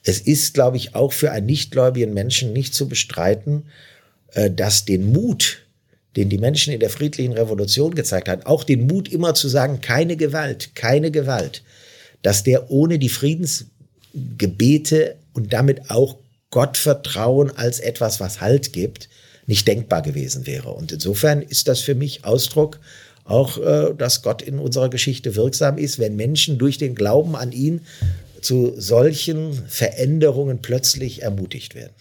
Es ist, glaube ich, auch für einen nichtgläubigen Menschen nicht zu bestreiten, dass den Mut, den die Menschen in der friedlichen Revolution gezeigt haben, auch den Mut immer zu sagen, keine Gewalt, dass der ohne die Friedensgebete und damit auch Gottvertrauen als etwas, was Halt gibt, nicht denkbar gewesen wäre. Und insofern ist das für mich Ausdruck auch, dass Gott in unserer Geschichte wirksam ist, wenn Menschen durch den Glauben an ihn zu solchen Veränderungen plötzlich ermutigt werden.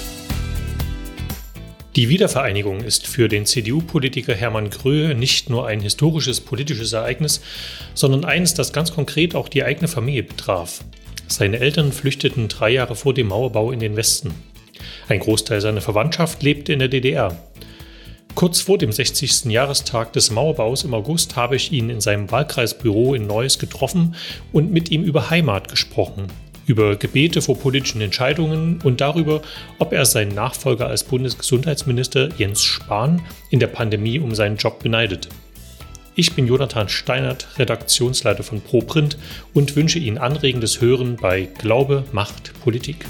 Die Wiedervereinigung ist für den CDU-Politiker Hermann Gröhe nicht nur ein historisches politisches Ereignis, sondern eines, das ganz konkret auch die eigene Familie betraf. Seine Eltern flüchteten 3 Jahre vor dem Mauerbau in den Westen. Ein Großteil seiner Verwandtschaft lebte in der DDR. Kurz vor dem 60. Jahrestag des Mauerbaus im August habe ich ihn in seinem Wahlkreisbüro in Neuss getroffen und mit ihm über Heimat gesprochen, über Gebete vor politischen Entscheidungen und darüber, ob er seinen Nachfolger als Bundesgesundheitsminister Jens Spahn in der Pandemie um seinen Job beneidet. Ich bin Jonathan Steinert, Redaktionsleiter von ProPrint und wünsche Ihnen anregendes Hören bei Glaube macht Politik.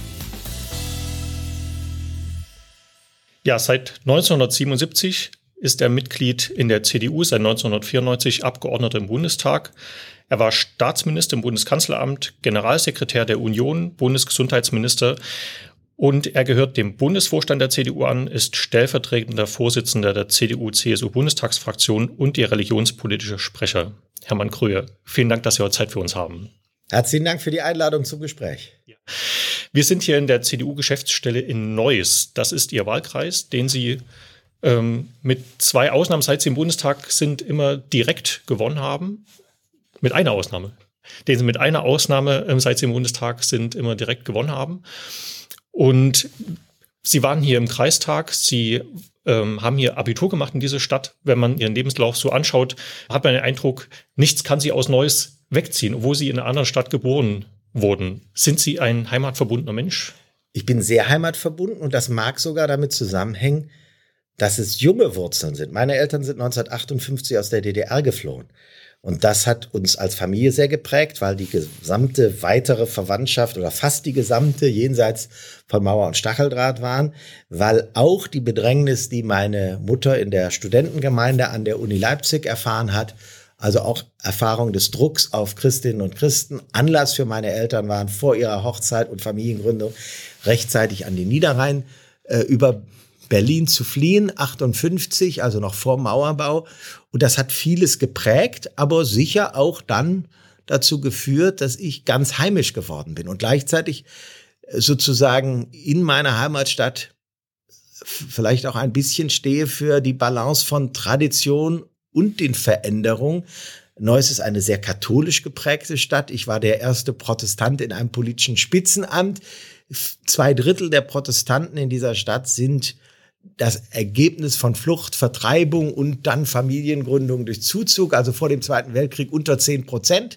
Ja, seit 1977 ist er Mitglied in der CDU, seit 1994 Abgeordneter im Bundestag. Er war Staatsminister im Bundeskanzleramt, Generalsekretär der Union, Bundesgesundheitsminister und er gehört dem Bundesvorstand der CDU an, ist stellvertretender Vorsitzender der CDU-CSU-Bundestagsfraktion und ihr religionspolitischer Sprecher. Hermann Gröhe, vielen Dank, dass Sie heute Zeit für uns haben. Herzlichen Dank für die Einladung zum Gespräch. Ja. Wir sind hier in der CDU-Geschäftsstelle in Neuss. Das ist Ihr Wahlkreis, den Sie mit 2 Ausnahmen, seit Sie im Bundestag sind, immer direkt gewonnen haben. Mit einer Ausnahme. Den Sie mit einer Ausnahme, seit Sie im Bundestag sind, immer direkt gewonnen haben. Und Sie waren hier im Kreistag. Sie haben hier Abitur gemacht in dieser Stadt. Wenn man Ihren Lebenslauf so anschaut, hat man den Eindruck, nichts kann Sie aus Neuss wegziehen, obwohl Sie in einer anderen Stadt geboren wurden. Sind Sie ein heimatverbundener Mensch? Ich bin sehr heimatverbunden und das mag sogar damit zusammenhängen, dass es junge Wurzeln sind. Meine Eltern sind 1958 aus der DDR geflohen. Und das hat uns als Familie sehr geprägt, weil die gesamte weitere Verwandtschaft oder fast die gesamte jenseits von Mauer und Stacheldraht waren, weil auch die Bedrängnis, die meine Mutter in der Studentengemeinde an der Uni Leipzig erfahren hat, also auch Erfahrung des Drucks auf Christinnen und Christen, Anlass für meine Eltern waren, vor ihrer Hochzeit und Familiengründung rechtzeitig an den Niederrhein über Berlin zu fliehen, 58, also noch vor Mauerbau. Und das hat vieles geprägt, aber sicher auch dann dazu geführt, dass ich ganz heimisch geworden bin und gleichzeitig sozusagen in meiner Heimatstadt vielleicht auch ein bisschen stehe für die Balance von Tradition und den Veränderungen. Neuss ist eine sehr katholisch geprägte Stadt. Ich war der erste Protestant in einem politischen Spitzenamt. 2/3 der Protestanten in dieser Stadt sind das Ergebnis von Flucht, Vertreibung und dann Familiengründung durch Zuzug, also vor dem Zweiten Weltkrieg unter 10%.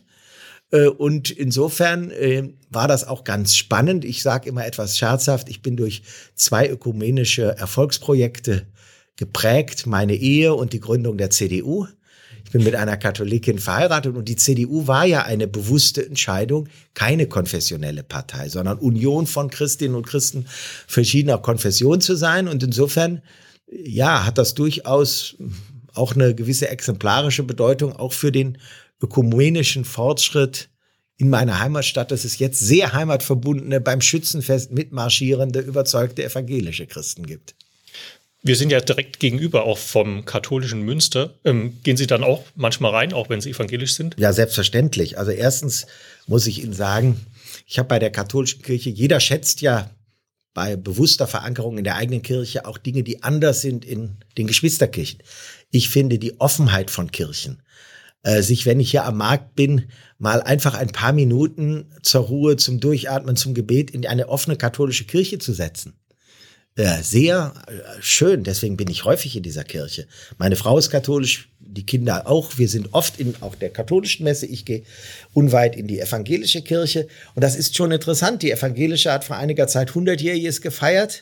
Und insofern war das auch ganz spannend. Ich sage immer etwas scherzhaft, ich bin durch 2 ökumenische Erfolgsprojekte geprägt, meine Ehe und die Gründung der CDU. Ich bin mit einer Katholikin verheiratet und die CDU war ja eine bewusste Entscheidung, keine konfessionelle Partei, sondern Union von Christinnen und Christen verschiedener Konfession zu sein. Und insofern, ja, hat das durchaus auch eine gewisse exemplarische Bedeutung, auch für den ökumenischen Fortschritt in meiner Heimatstadt, dass es jetzt sehr heimatverbundene, beim Schützenfest mitmarschierende, überzeugte evangelische Christen gibt. Wir sind ja direkt gegenüber auch vom katholischen Münster. Gehen Sie dann auch manchmal rein, auch wenn Sie evangelisch sind? Ja, selbstverständlich. Also erstens muss ich Ihnen sagen, ich habe bei der katholischen Kirche, jeder schätzt ja bei bewusster Verankerung in der eigenen Kirche auch Dinge, die anders sind in den Geschwisterkirchen. Ich finde die Offenheit von Kirchen, sich, wenn ich hier am Markt bin, mal einfach ein paar Minuten zur Ruhe, zum Durchatmen, zum Gebet in eine offene katholische Kirche zu setzen. Sehr schön, deswegen bin ich häufig in dieser Kirche. Meine Frau ist katholisch, die Kinder auch. Wir sind oft in auch der katholischen Messe. Ich gehe unweit in die evangelische Kirche. Und das ist schon interessant. Die evangelische hat vor einiger Zeit 100-Jähriges gefeiert.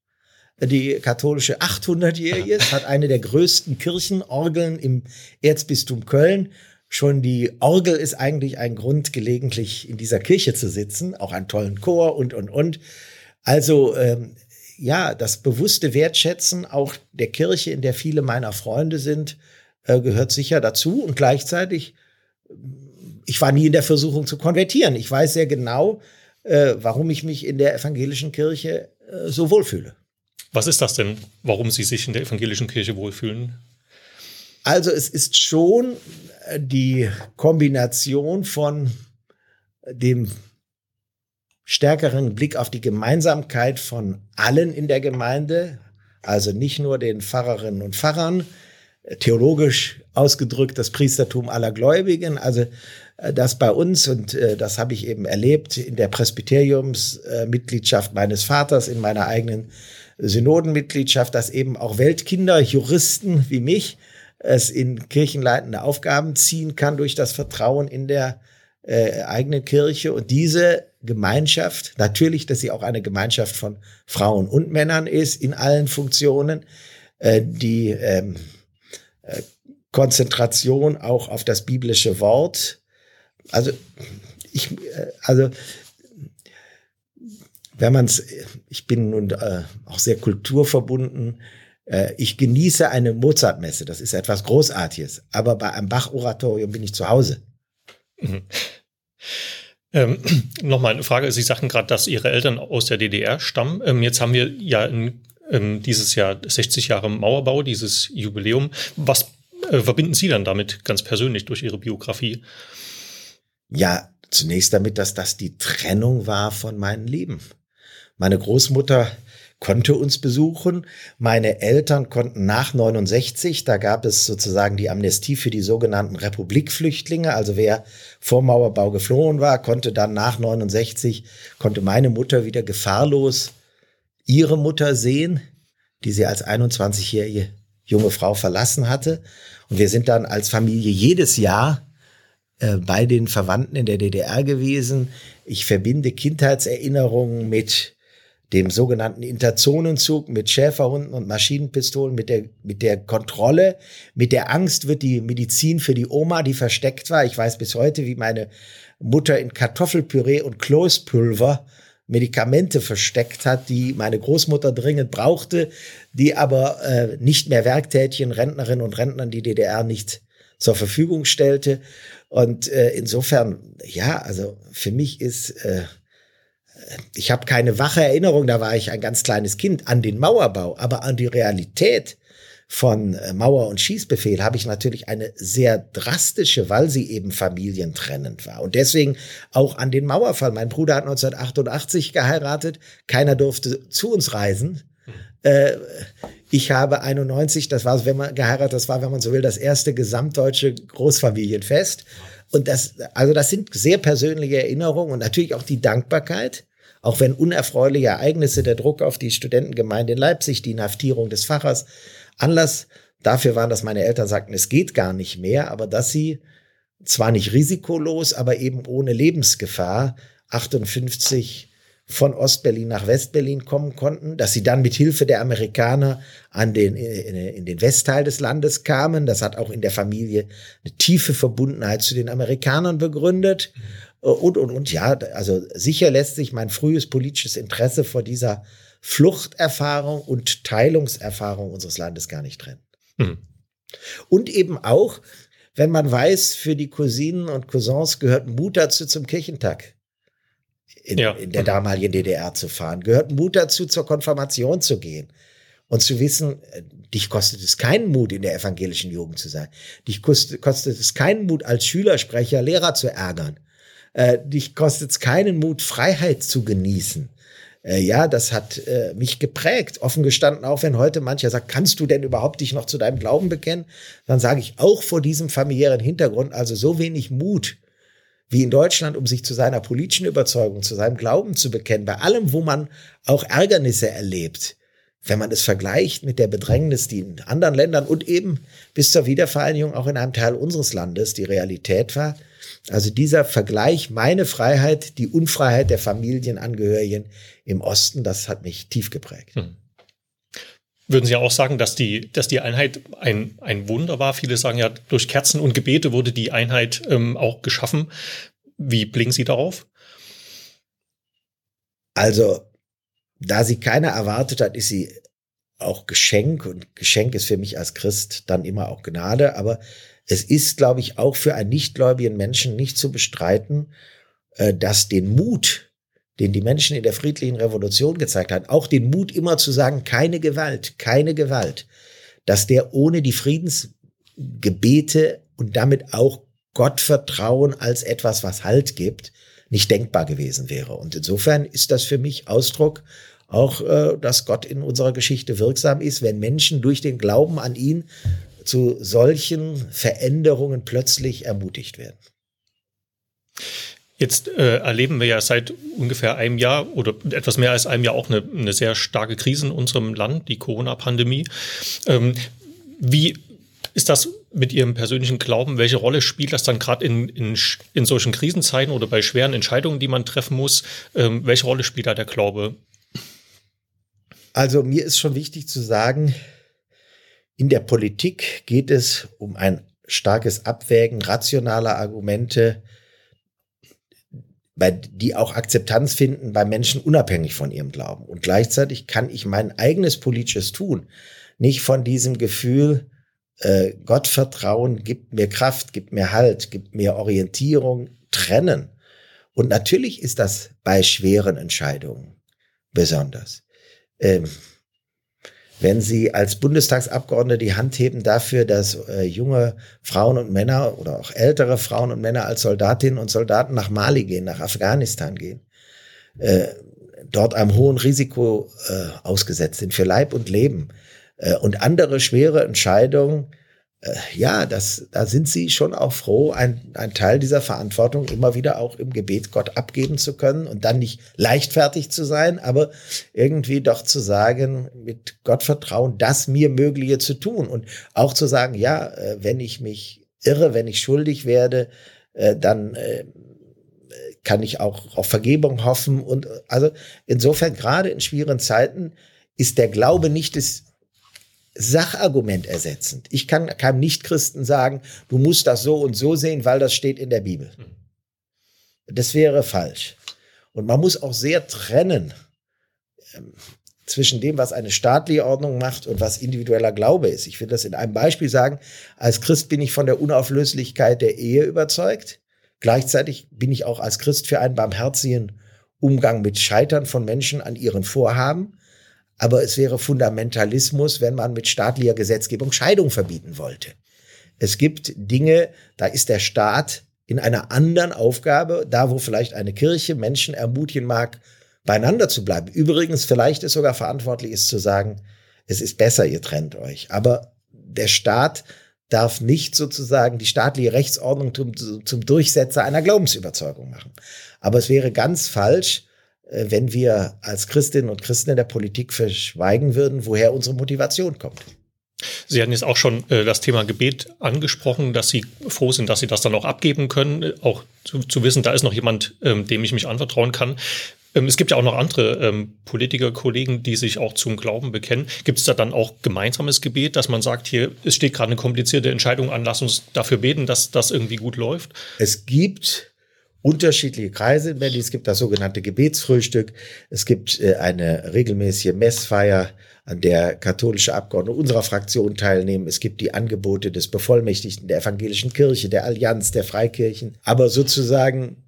Die katholische 800-Jähriges, hat eine der größten Kirchenorgeln im Erzbistum Köln. Schon die Orgel ist eigentlich ein Grund, gelegentlich in dieser Kirche zu sitzen, auch einen tollen Chor und. Also ja, das bewusste Wertschätzen auch der Kirche, in der viele meiner Freunde sind, gehört sicher dazu. Und gleichzeitig, ich war nie in der Versuchung zu konvertieren. Ich weiß sehr genau, warum ich mich in der evangelischen Kirche so wohlfühle. Was ist das denn, warum Sie sich in der evangelischen Kirche wohlfühlen? Also es ist schon die Kombination von dem stärkeren Blick auf die Gemeinsamkeit von allen in der Gemeinde, also nicht nur den Pfarrerinnen und Pfarrern, theologisch ausgedrückt das Priestertum aller Gläubigen, also das bei uns, und das habe ich eben erlebt in der Presbyteriumsmitgliedschaft meines Vaters, in meiner eigenen Synodenmitgliedschaft, dass eben auch Weltkinder, Juristen wie mich, es in kirchenleitende Aufgaben ziehen kann durch das Vertrauen in der eigenen Kirche. Und diese Gemeinschaft, natürlich, dass sie auch eine Gemeinschaft von Frauen und Männern ist, in allen Funktionen, die Konzentration auch auf das biblische Wort. Also wenn man es, ich bin nun auch sehr kulturverbunden. Ich genieße eine Mozart-Messe, das ist etwas Großartiges, aber bei einem Bach-Oratorium bin ich zu Hause. Mhm. Nochmal eine Frage. Sie sagten gerade, dass Ihre Eltern aus der DDR stammen. Jetzt haben wir ja dieses Jahr 60 Jahre Mauerbau, dieses Jubiläum. Was verbinden Sie dann damit ganz persönlich durch Ihre Biografie? Ja, zunächst damit, dass das die Trennung war von meinem Leben. Meine Großmutter konnte uns besuchen. Meine Eltern konnten nach 69, da gab es sozusagen die Amnestie für die sogenannten Republikflüchtlinge. Also wer vor Mauerbau geflohen war, konnte dann nach 69, konnte meine Mutter wieder gefahrlos ihre Mutter sehen, die sie als 21-jährige junge Frau verlassen hatte. Und wir sind dann als Familie jedes Jahr bei den Verwandten in der DDR gewesen. Ich verbinde Kindheitserinnerungen mit dem sogenannten Interzonenzug, mit Schäferhunden und Maschinenpistolen, mit der Kontrolle, mit der Angst wird die Medizin für die Oma, die versteckt war. Ich weiß bis heute, wie meine Mutter in Kartoffelpüree und Kloßpulver Medikamente versteckt hat, die meine Großmutter dringend brauchte, die aber nicht mehr werktätigen Rentnerinnen und Rentnern die DDR nicht zur Verfügung stellte. Und insofern, ja, also für mich ist ich habe keine wache Erinnerung, da war ich ein ganz kleines Kind, an den Mauerbau, aber an die Realität von Mauer- und Schießbefehl habe ich natürlich eine sehr drastische, weil sie eben familientrennend war. Und deswegen auch an den Mauerfall. Mein Bruder hat 1988 geheiratet, keiner durfte zu uns reisen. Ich habe 91, das war, wenn man geheiratet, das war, wenn man so will, das erste gesamtdeutsche Großfamilienfest. Und das sind sehr persönliche Erinnerungen und natürlich auch die Dankbarkeit, auch wenn unerfreuliche Ereignisse, der Druck auf die Studentengemeinde in Leipzig, die Inhaftierung des Pfarrers, Anlass dafür waren, dass meine Eltern sagten, es geht gar nicht mehr, aber dass sie zwar nicht risikolos, aber eben ohne Lebensgefahr 58 von Ostberlin nach Westberlin kommen konnten, dass sie dann mit Hilfe der Amerikaner in den Westteil des Landes kamen. Das hat auch in der Familie eine tiefe Verbundenheit zu den Amerikanern begründet. Und ja, also sicher lässt sich mein frühes politisches Interesse vor dieser Fluchterfahrung und Teilungserfahrung unseres Landes gar nicht trennen. Mhm. Und eben auch, wenn man weiß, für die Cousinen und Cousins gehört Mut dazu, zum Kirchentag in der damaligen DDR zu fahren, gehört Mut dazu, zur Konfirmation zu gehen und zu wissen, dich kostet es keinen Mut, in der evangelischen Jugend zu sein. Dich kostet es keinen Mut, als Schülersprecher Lehrer zu ärgern. Dich kostet es keinen Mut, Freiheit zu genießen. Ja, das hat mich geprägt. Offen gestanden, auch wenn heute mancher sagt, kannst du denn überhaupt dich noch zu deinem Glauben bekennen? Dann sage ich auch vor diesem familiären Hintergrund, also so wenig Mut wie in Deutschland, um sich zu seiner politischen Überzeugung, zu seinem Glauben zu bekennen, bei allem, wo man auch Ärgernisse erlebt, wenn man es vergleicht mit der Bedrängnis, die in anderen Ländern und eben bis zur Wiedervereinigung auch in einem Teil unseres Landes die Realität war. Also dieser Vergleich, meine Freiheit, die Unfreiheit der Familienangehörigen im Osten, das hat mich tief geprägt. Würden Sie auch sagen, dass die Einheit ein Wunder war? Viele sagen ja, durch Kerzen und Gebete wurde die Einheit auch geschaffen. Wie blicken Sie darauf? Also, da sie keiner erwartet hat, ist sie auch Geschenk. Und Geschenk ist für mich als Christ dann immer auch Gnade. Aber es ist, glaube ich, auch für einen nichtgläubigen Menschen nicht zu bestreiten, dass den Mut, den die Menschen in der friedlichen Revolution gezeigt haben, auch den Mut immer zu sagen, keine Gewalt, dass der ohne die Friedensgebete und damit auch Gottvertrauen als etwas, was Halt gibt, nicht denkbar gewesen wäre. Und insofern ist das für mich Ausdruck auch, dass Gott in unserer Geschichte wirksam ist, wenn Menschen durch den Glauben an ihn zu solchen Veränderungen plötzlich ermutigt werden. Jetzt erleben wir ja seit ungefähr einem Jahr oder etwas mehr als einem Jahr auch eine sehr starke Krise in unserem Land, die Corona-Pandemie. Wie ist das mit Ihrem persönlichen Glauben? Welche Rolle spielt das dann gerade in solchen Krisenzeiten oder bei schweren Entscheidungen, die man treffen muss? Welche Rolle spielt da der Glaube? Also mir ist schon wichtig zu sagen, in der Politik geht es um ein starkes Abwägen rationaler Argumente, die auch Akzeptanz finden bei Menschen unabhängig von ihrem Glauben. Und gleichzeitig kann ich mein eigenes politisches Tun nicht von diesem Gefühl, Gottvertrauen gibt mir Kraft, gibt mir Halt, gibt mir Orientierung, trennen. Und natürlich ist das bei schweren Entscheidungen besonders. Wenn Sie als Bundestagsabgeordnete die Hand heben dafür, dass junge Frauen und Männer oder auch ältere Frauen und Männer als Soldatinnen und Soldaten nach Mali gehen, nach Afghanistan gehen, dort einem hohen Risiko ausgesetzt sind für Leib und Leben und andere schwere Entscheidungen, da sind Sie schon auch froh, ein Teil dieser Verantwortung immer wieder auch im Gebet Gott abgeben zu können und dann nicht leichtfertig zu sein, aber irgendwie doch zu sagen, mit Gottvertrauen, das mir Mögliche zu tun und auch zu sagen, wenn ich mich irre, wenn ich schuldig werde, dann kann ich auch auf Vergebung hoffen und also insofern gerade in schwierigen Zeiten ist der Glaube nicht das Sachargument ersetzend. Ich kann keinem Nichtchristen sagen, du musst das so und so sehen, weil das steht in der Bibel. Das wäre falsch. Und man muss auch sehr trennen zwischen dem, was eine staatliche Ordnung macht und was individueller Glaube ist. Ich will das in einem Beispiel sagen. Als Christ bin ich von der Unauflöslichkeit der Ehe überzeugt. Gleichzeitig bin ich auch als Christ für einen barmherzigen Umgang mit Scheitern von Menschen an ihren Vorhaben. Aber es wäre Fundamentalismus, wenn man mit staatlicher Gesetzgebung Scheidung verbieten wollte. Es gibt Dinge, da ist der Staat in einer anderen Aufgabe, da wo vielleicht eine Kirche Menschen ermutigen mag, beieinander zu bleiben. Übrigens, vielleicht ist sogar verantwortlich ist zu sagen, es ist besser, ihr trennt euch. Aber der Staat darf nicht sozusagen die staatliche Rechtsordnung zum Durchsetzer einer Glaubensüberzeugung machen. Aber es wäre ganz falsch, wenn wir als Christinnen und Christen in der Politik verschweigen würden, woher unsere Motivation kommt. Sie hatten jetzt auch schon das Thema Gebet angesprochen, dass Sie froh sind, dass Sie das dann auch abgeben können, auch zu wissen, da ist noch jemand, dem ich mich anvertrauen kann. Es gibt ja auch noch andere Politiker, Kollegen, die sich auch zum Glauben bekennen. Gibt es da dann auch gemeinsames Gebet, dass man sagt, hier, es steht gerade eine komplizierte Entscheidung an, lass uns dafür beten, dass das irgendwie gut läuft? Es gibt unterschiedliche Kreise in Berlin. Es gibt das sogenannte Gebetsfrühstück. Es gibt eine regelmäßige Messfeier, an der katholische Abgeordnete unserer Fraktion teilnehmen. Es gibt die Angebote des Bevollmächtigten der evangelischen Kirche, der Allianz, der Freikirchen. Aber sozusagen,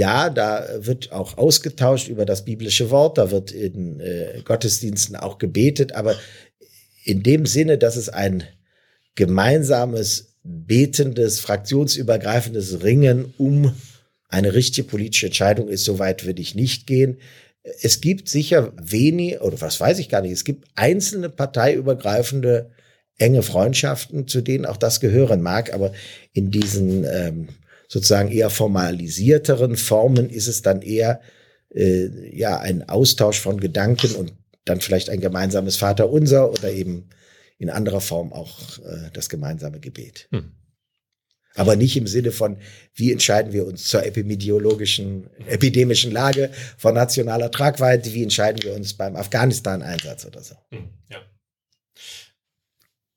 da wird auch ausgetauscht über das biblische Wort. Da wird in Gottesdiensten auch gebetet. Aber in dem Sinne, dass es ein gemeinsames, betendes, fraktionsübergreifendes Ringen um eine richtige politische Entscheidung ist, so weit würde ich nicht gehen. Es gibt sicher wenig, oder was weiß ich gar nicht, es gibt einzelne parteiübergreifende enge Freundschaften, zu denen auch das gehören mag, aber in diesen sozusagen eher formalisierteren Formen ist es dann eher ein Austausch von Gedanken und dann vielleicht ein gemeinsames Vaterunser oder eben in anderer Form auch das gemeinsame Gebet. Aber nicht im Sinne von, wie entscheiden wir uns zur epidemischen Lage von nationaler Tragweite, wie entscheiden wir uns beim Afghanistan-Einsatz oder so. Ja.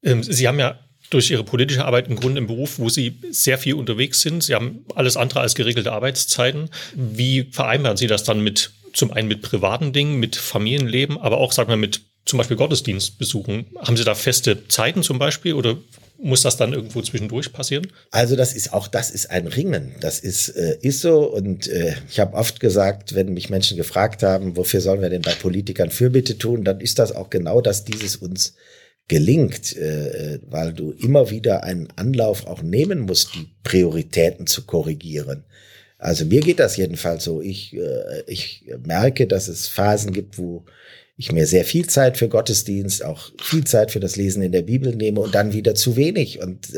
Sie haben ja durch Ihre politische Arbeit im Grunde einen Beruf, wo Sie sehr viel unterwegs sind. Sie haben alles andere als geregelte Arbeitszeiten. Wie vereinbaren Sie das dann zum einen mit privaten Dingen, mit Familienleben, aber auch, sagen wir, mit zum Beispiel Gottesdienstbesuchen? Haben Sie da feste Zeiten zum Beispiel oder muss das dann irgendwo zwischendurch passieren? Also das ist ein Ringen. Das ist so. Und ich habe oft gesagt, wenn mich Menschen gefragt haben, wofür sollen wir denn bei Politikern Fürbitte tun, dann ist das auch genau, dass dieses uns gelingt, weil du immer wieder einen Anlauf auch nehmen musst, die Prioritäten zu korrigieren. Also mir geht das jedenfalls so. Ich merke, dass es Phasen gibt, wo ich mir sehr viel Zeit für Gottesdienst, auch viel Zeit für das Lesen in der Bibel nehme und dann wieder zu wenig. Und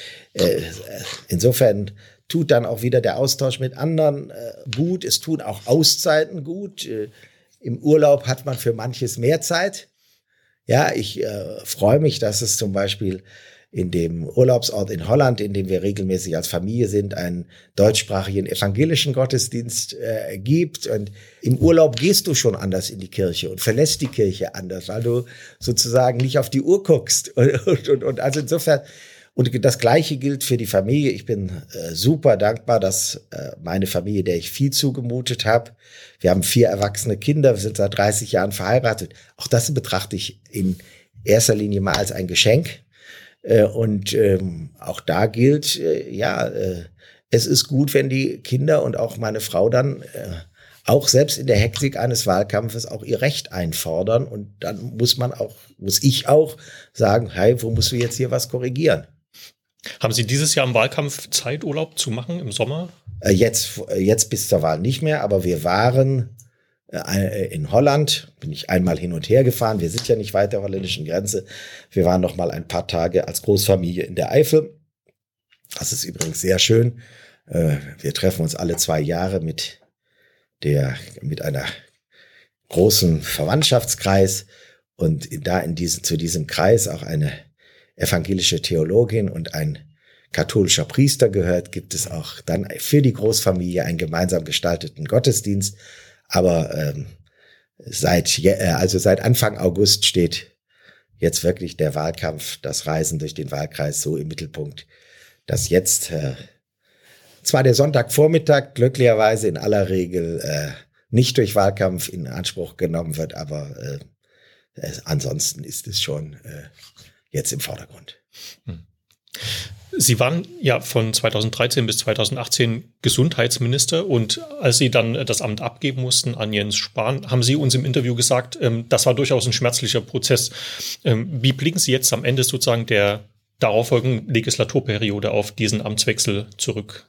insofern tut dann auch wieder der Austausch mit anderen gut. Es tun auch Auszeiten gut. Im Urlaub hat man für manches mehr Zeit. Ja, ich freue mich, dass es zum Beispiel in dem Urlaubsort in Holland, in dem wir regelmäßig als Familie sind, einen deutschsprachigen evangelischen Gottesdienst gibt. Und im Urlaub gehst du schon anders in die Kirche und verlässt die Kirche anders, weil du sozusagen nicht auf die Uhr guckst. Und also insofern, und das Gleiche gilt für die Familie. Ich bin super dankbar, dass meine Familie, der ich viel zugemutet habe, wir haben 4 erwachsene Kinder, wir sind seit 30 Jahren verheiratet. Auch das betrachte ich in erster Linie mal als ein Geschenk. Und auch da gilt, es ist gut, wenn die Kinder und auch meine Frau dann auch selbst in der Hektik eines Wahlkampfes auch ihr Recht einfordern. Und dann muss ich auch sagen, hey, wo musst du jetzt hier was korrigieren? Haben Sie dieses Jahr im Wahlkampf Zeit, Urlaub zu machen im Sommer? Jetzt bis zur Wahl nicht mehr, aber wir waren in Holland, bin ich einmal hin und her gefahren. Wir sind ja nicht weit der holländischen Grenze. Wir waren noch mal ein paar Tage als Großfamilie in der Eifel. Das ist übrigens sehr schön. Wir treffen uns alle 2 Jahre mit einer großen Verwandtschaftskreis und zu diesem Kreis auch eine evangelische Theologin und ein katholischer Priester gehört, gibt es auch dann für die Großfamilie einen gemeinsam gestalteten Gottesdienst. Aber seit Anfang August steht jetzt wirklich der Wahlkampf, das Reisen durch den Wahlkreis so im Mittelpunkt, dass jetzt zwar der Sonntagvormittag glücklicherweise in aller Regel nicht durch Wahlkampf in Anspruch genommen wird, aber ansonsten ist es schon jetzt im Vordergrund. Sie waren ja von 2013 bis 2018 Gesundheitsminister und als Sie dann das Amt abgeben mussten an Jens Spahn, haben Sie uns im Interview gesagt, das war durchaus ein schmerzlicher Prozess. Wie blicken Sie jetzt am Ende sozusagen der darauffolgenden Legislaturperiode auf diesen Amtswechsel zurück?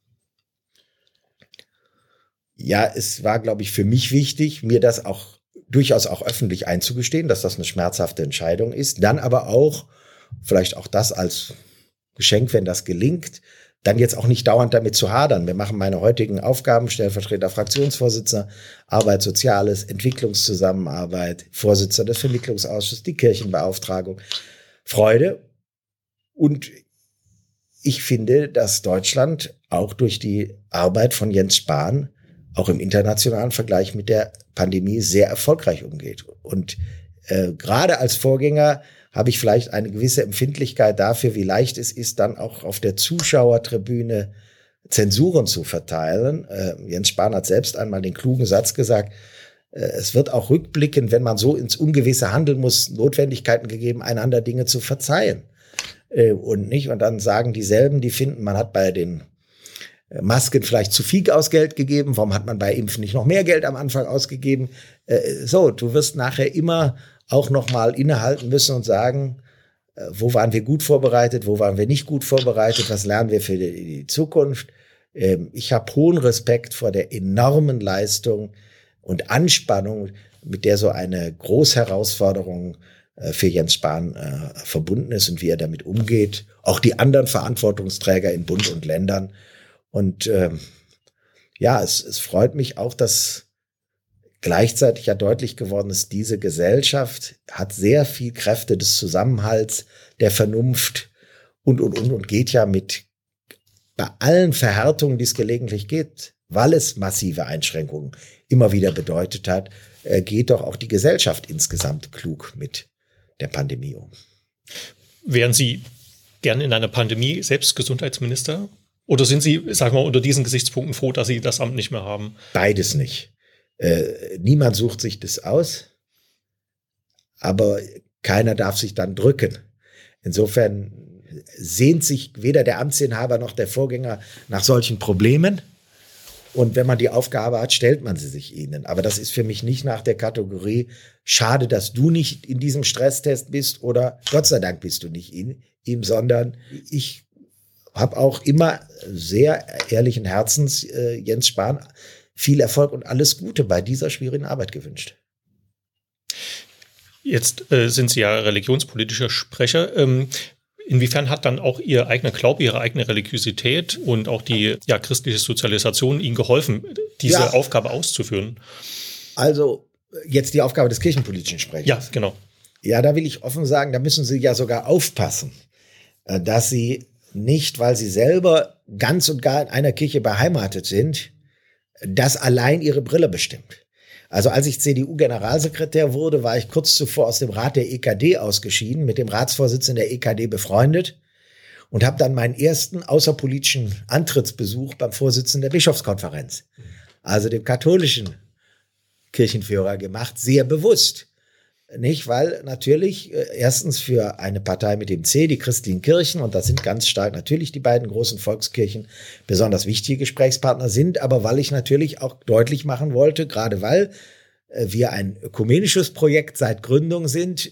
Ja, es war, glaube ich, für mich wichtig, mir das auch durchaus auch öffentlich einzugestehen, dass das eine schmerzhafte Entscheidung ist. Dann aber auch, vielleicht auch das als Geschenk, wenn das gelingt, dann jetzt auch nicht dauernd damit zu hadern. Wir machen meine heutigen Aufgaben, Stellvertreter Fraktionsvorsitzender, Arbeit, Soziales, Entwicklungszusammenarbeit, Vorsitzender des Vermittlungsausschusses, die Kirchenbeauftragung, Freude. Und ich finde, dass Deutschland auch durch die Arbeit von Jens Spahn auch im internationalen Vergleich mit der Pandemie sehr erfolgreich umgeht. Und gerade als Vorgänger habe ich vielleicht eine gewisse Empfindlichkeit dafür, wie leicht es ist, dann auch auf der Zuschauertribüne Zensuren zu verteilen. Jens Spahn hat selbst einmal den klugen Satz gesagt, es wird auch rückblickend, wenn man so ins Ungewisse handeln muss, Notwendigkeiten gegeben, einander Dinge zu verzeihen. Und dann sagen dieselben, die finden, man hat bei den Masken vielleicht zu viel Geld gegeben. Warum hat man bei Impfen nicht noch mehr Geld am Anfang ausgegeben? Du wirst nachher immer auch noch mal innehalten müssen und sagen, wo waren wir gut vorbereitet, wo waren wir nicht gut vorbereitet, was lernen wir für die Zukunft. Ich habe hohen Respekt vor der enormen Leistung und Anspannung, mit der so eine Großherausforderung für Jens Spahn verbunden ist und wie er damit umgeht. Auch die anderen Verantwortungsträger in Bund und Ländern. Und es freut mich auch, dass gleichzeitig ja deutlich geworden ist, diese Gesellschaft hat sehr viel Kräfte des Zusammenhalts, der Vernunft und geht ja bei allen Verhärtungen, die es gelegentlich gibt, weil es massive Einschränkungen immer wieder bedeutet hat, geht doch auch die Gesellschaft insgesamt klug mit der Pandemie um. Wären Sie gern in einer Pandemie selbst Gesundheitsminister? Oder sind Sie, sagen wir mal, unter diesen Gesichtspunkten froh, dass Sie das Amt nicht mehr haben? Beides nicht. Niemand sucht sich das aus, aber keiner darf sich dann drücken. Insofern sehnt sich weder der Amtsinhaber noch der Vorgänger nach solchen Problemen. Und wenn man die Aufgabe hat, stellt man sie sich ihnen. Aber das ist für mich nicht nach der Kategorie, schade, dass du nicht in diesem Stresstest bist oder Gott sei Dank bist du nicht in ihm, sondern ich habe auch immer sehr ehrlichen Herzens Jens Spahn viel Erfolg und alles Gute bei dieser schwierigen Arbeit gewünscht. Jetzt sind Sie ja religionspolitischer Sprecher. Inwiefern hat dann auch Ihr eigener Glaube, Ihre eigene Religiosität und auch die christliche Sozialisation Ihnen geholfen, diese Aufgabe auszuführen? Also jetzt die Aufgabe des kirchenpolitischen Sprechers. Ja, genau. Ja, da will ich offen sagen, da müssen Sie ja sogar aufpassen, dass Sie nicht, weil Sie selber ganz und gar in einer Kirche beheimatet sind, das allein Ihre Brille bestimmt. Also als ich CDU-Generalsekretär wurde, war ich kurz zuvor aus dem Rat der EKD ausgeschieden, mit dem Ratsvorsitzenden der EKD befreundet und habe dann meinen ersten außerpolitischen Antrittsbesuch beim Vorsitzenden der Bischofskonferenz, also dem katholischen Kirchenführer, gemacht, sehr bewusst. Nicht, weil natürlich erstens für eine Partei mit dem C, die christlichen Kirchen, und das sind ganz stark natürlich die beiden großen Volkskirchen, besonders wichtige Gesprächspartner sind, aber weil ich natürlich auch deutlich machen wollte, gerade weil wir ein ökumenisches Projekt seit Gründung sind,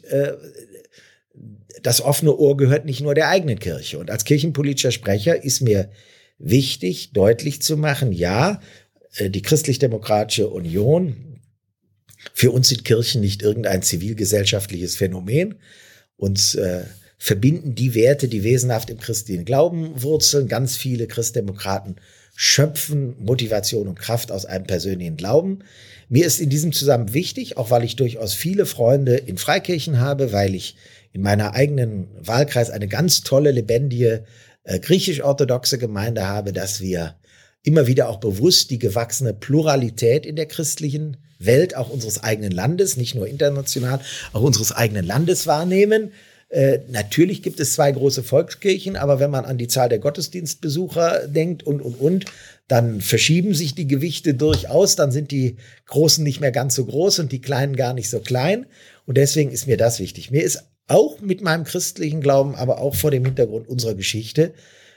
das offene Ohr gehört nicht nur der eigenen Kirche. Und als kirchenpolitischer Sprecher ist mir wichtig, deutlich zu machen, ja, die Christlich-Demokratische Union, für uns sind Kirchen nicht irgendein zivilgesellschaftliches Phänomen. Uns verbinden die Werte, die wesenhaft im christlichen Glauben wurzeln. Ganz viele Christdemokraten schöpfen Motivation und Kraft aus einem persönlichen Glauben. Mir ist in diesem Zusammenhang wichtig, auch weil ich durchaus viele Freunde in Freikirchen habe, weil ich in meiner eigenen Wahlkreis eine ganz tolle, lebendige griechisch-orthodoxe Gemeinde habe, dass wir immer wieder auch bewusst die gewachsene Pluralität in der christlichen Welt, auch unseres eigenen Landes, nicht nur international, auch unseres eigenen Landes wahrnehmen. Natürlich gibt es 2 große Volkskirchen, aber wenn man an die Zahl der Gottesdienstbesucher denkt und, dann verschieben sich die Gewichte durchaus, dann sind die Großen nicht mehr ganz so groß und die Kleinen gar nicht so klein. Und deswegen ist mir das wichtig. Mir ist auch mit meinem christlichen Glauben, aber auch vor dem Hintergrund unserer Geschichte,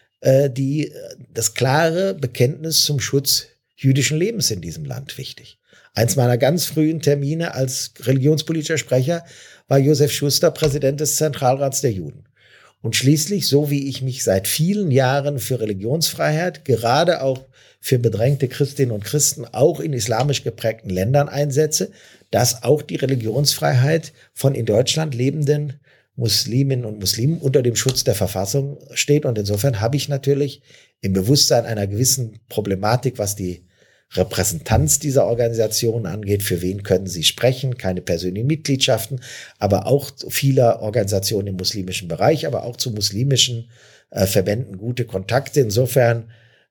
das klare Bekenntnis zum Schutz jüdischen Lebens in diesem Land wichtig. Eins meiner ganz frühen Termine als religionspolitischer Sprecher war Josef Schuster, Präsident des Zentralrats der Juden. Und schließlich, so wie ich mich seit vielen Jahren für Religionsfreiheit, gerade auch für bedrängte Christinnen und Christen, auch in islamisch geprägten Ländern einsetze, dass auch die Religionsfreiheit von in Deutschland lebenden Musliminnen und Muslimen unter dem Schutz der Verfassung steht. Und insofern habe ich natürlich im Bewusstsein einer gewissen Problematik, was die Repräsentanz dieser Organisation angeht, für wen können sie sprechen, keine persönlichen Mitgliedschaften, aber auch vieler Organisationen im muslimischen Bereich, aber auch zu muslimischen Verbänden gute Kontakte. Insofern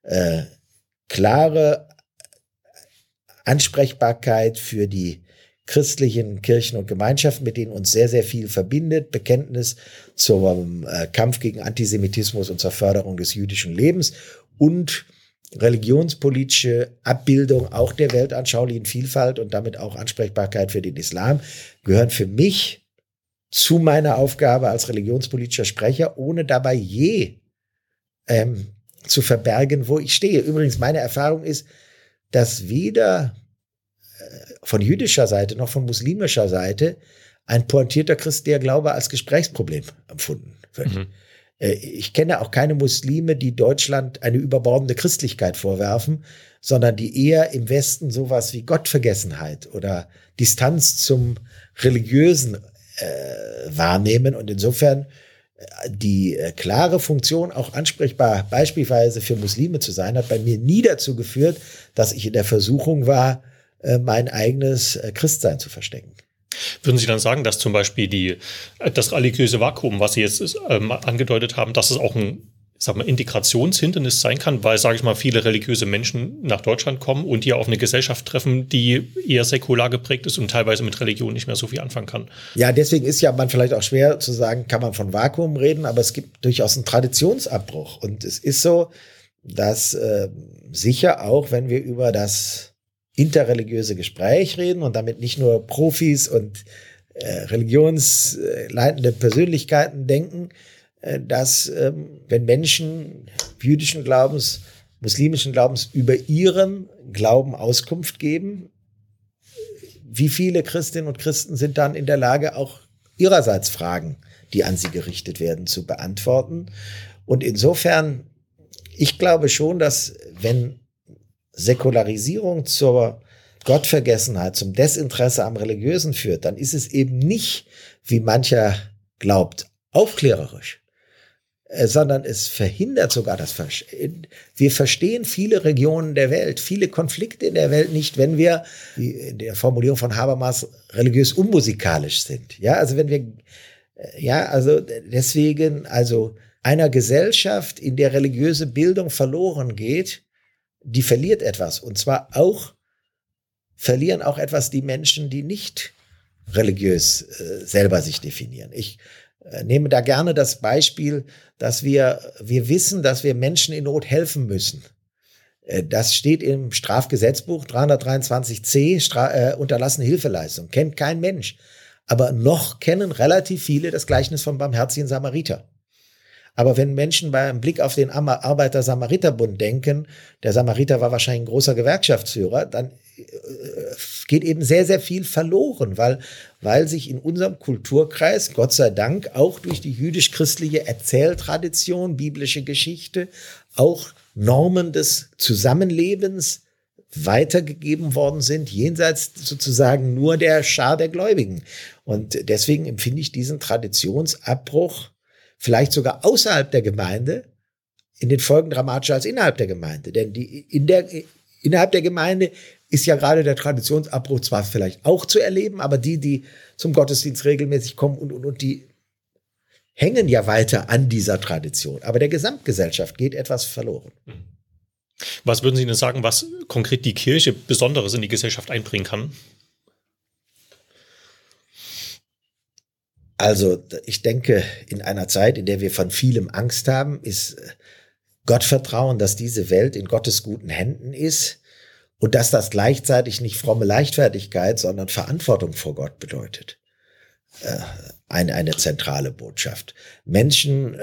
klare Ansprechbarkeit für die christlichen Kirchen und Gemeinschaften, mit denen uns sehr, sehr viel verbindet, Bekenntnis zum Kampf gegen Antisemitismus und zur Förderung des jüdischen Lebens und religionspolitische Abbildung auch der weltanschaulichen Vielfalt und damit auch Ansprechbarkeit für den Islam gehören für mich zu meiner Aufgabe als religionspolitischer Sprecher, ohne dabei je zu verbergen, wo ich stehe. Übrigens, meine Erfahrung ist, dass weder von jüdischer Seite noch von muslimischer Seite ein pointierter christlicher Glaube als Gesprächsproblem empfunden wird. Mhm. Ich kenne auch keine Muslime, die Deutschland eine überbordende Christlichkeit vorwerfen, sondern die eher im Westen sowas wie Gottvergessenheit oder Distanz zum Religiösen wahrnehmen. Und insofern die klare Funktion, auch ansprechbar beispielsweise für Muslime zu sein, hat bei mir nie dazu geführt, dass ich in der Versuchung war, mein eigenes Christsein zu verstecken. Würden Sie dann sagen, dass zum Beispiel das religiöse Vakuum, was Sie jetzt angedeutet haben, dass es auch ein sag mal, Integrationshindernis sein kann, weil, sage ich mal, viele religiöse Menschen nach Deutschland kommen und hier auf eine Gesellschaft treffen, die eher säkular geprägt ist und teilweise mit Religion nicht mehr so viel anfangen kann. Ja, deswegen ist ja man vielleicht auch schwer zu sagen, kann man von Vakuum reden, aber es gibt durchaus einen Traditionsabbruch. Und es ist so, dass sicher auch, wenn wir über das interreligiöse Gespräch reden und damit nicht nur Profis und religionsleitende Persönlichkeiten denken, dass wenn Menschen jüdischen Glaubens, muslimischen Glaubens über ihren Glauben Auskunft geben, wie viele Christinnen und Christen sind dann in der Lage, auch ihrerseits Fragen, die an sie gerichtet werden, zu beantworten. Und insofern, ich glaube schon, dass wenn Säkularisierung zur Gottvergessenheit, zum Desinteresse am Religiösen führt, dann ist es eben nicht, wie mancher glaubt, aufklärerisch, sondern es verhindert sogar das Verstehen. Wir verstehen viele Regionen der Welt, viele Konflikte in der Welt nicht, wenn wir, wie in der Formulierung von Habermas, religiös unmusikalisch sind. Ja, also wenn wir, ja, also deswegen, also einer Gesellschaft, in der religiöse Bildung verloren geht, die verliert etwas. Und zwar auch, verlieren auch etwas die Menschen, die nicht religiös selber sich definieren. Ich nehme da gerne das Beispiel, dass wir wissen, dass wir Menschen in Not helfen müssen. Das steht im Strafgesetzbuch 323c, unterlassene Hilfeleistung. Kennt kein Mensch. Aber noch kennen relativ viele das Gleichnis vom barmherzigen Samariter. Aber wenn Menschen beim Blick auf den Arbeiter-Samariter-Bund denken, der Samariter war wahrscheinlich ein großer Gewerkschaftsführer, dann geht eben sehr, sehr viel verloren, weil sich in unserem Kulturkreis, Gott sei Dank, auch durch die jüdisch-christliche Erzähltradition, biblische Geschichte, auch Normen des Zusammenlebens weitergegeben worden sind, jenseits sozusagen nur der Schar der Gläubigen. Und deswegen empfinde ich diesen Traditionsabbruch vielleicht sogar außerhalb der Gemeinde in den Folgen dramatischer als innerhalb der Gemeinde. Denn innerhalb der Gemeinde ist ja gerade der Traditionsabbruch zwar vielleicht auch zu erleben, aber die zum Gottesdienst regelmäßig kommen und die hängen ja weiter an dieser Tradition. Aber der Gesamtgesellschaft geht etwas verloren. Was würden Sie denn sagen, was konkret die Kirche Besonderes in die Gesellschaft einbringen kann? Also ich denke, in einer Zeit, in der wir von vielem Angst haben, ist Gottvertrauen, dass diese Welt in Gottes guten Händen ist und dass das gleichzeitig nicht fromme Leichtfertigkeit, sondern Verantwortung vor Gott bedeutet. Eine zentrale Botschaft. Menschen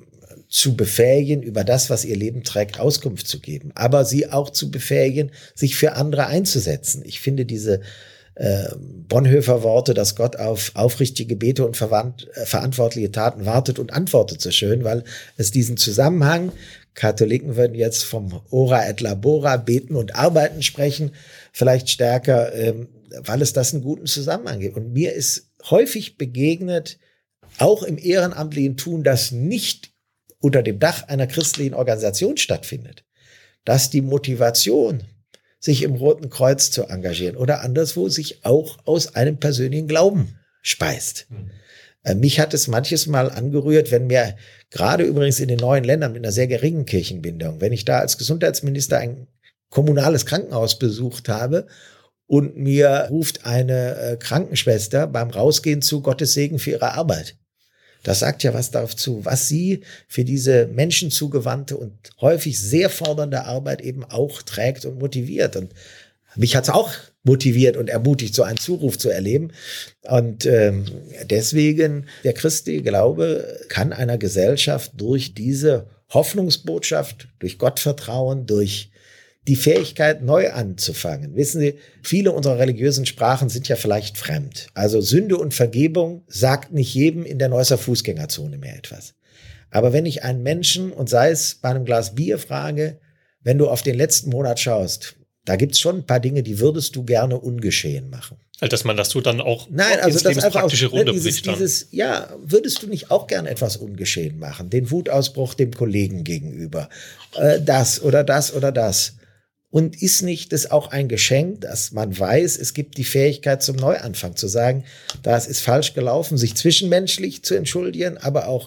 zu befähigen, über das, was ihr Leben trägt, Auskunft zu geben, aber sie auch zu befähigen, sich für andere einzusetzen. Ich finde diese Bonhoeffer Worte, dass Gott auf aufrichtige Gebete und verantwortliche Taten wartet und antwortet, so schön, weil es diesen Zusammenhang, Katholiken würden jetzt vom Ora et Labora, Beten und Arbeiten sprechen, vielleicht stärker, weil es das einen guten Zusammenhang gibt. Und mir ist häufig begegnet, auch im ehrenamtlichen Tun, das nicht unter dem Dach einer christlichen Organisation stattfindet, dass die Motivation, sich im Roten Kreuz zu engagieren oder anderswo sich auch aus einem persönlichen Glauben speist. Mich hat es manches Mal angerührt, wenn mir gerade übrigens in den neuen Ländern mit einer sehr geringen Kirchenbindung, wenn ich da als Gesundheitsminister ein kommunales Krankenhaus besucht habe und mir ruft eine Krankenschwester beim Rausgehen zu, Gottes Segen für ihre Arbeit. Das sagt ja was darauf zu, was sie für diese menschenzugewandte und häufig sehr fordernde Arbeit eben auch trägt und motiviert. Und mich hat es auch motiviert und ermutigt, so einen Zuruf zu erleben. Und deswegen, der christliche Glaube kann einer Gesellschaft durch diese Hoffnungsbotschaft, durch Gottvertrauen, durch die Fähigkeit, neu anzufangen. Wissen Sie, viele unserer religiösen Sprachen sind ja vielleicht fremd. Also Sünde und Vergebung sagt nicht jedem in der Neusser Fußgängerzone mehr etwas. Aber wenn ich einen Menschen, und sei es bei einem Glas Bier, frage, wenn du auf den letzten Monat schaust, da gibt's schon ein paar Dinge, die würdest du gerne ungeschehen machen. Also, dass man das so dann auch ins lebenspraktische runterbricht. Ja, würdest du nicht auch gerne etwas ungeschehen machen? Den Wutausbruch dem Kollegen gegenüber. Das oder das oder das. Und ist nicht das auch ein Geschenk, dass man weiß, es gibt die Fähigkeit zum Neuanfang, zu sagen, das ist falsch gelaufen, sich zwischenmenschlich zu entschuldigen, aber auch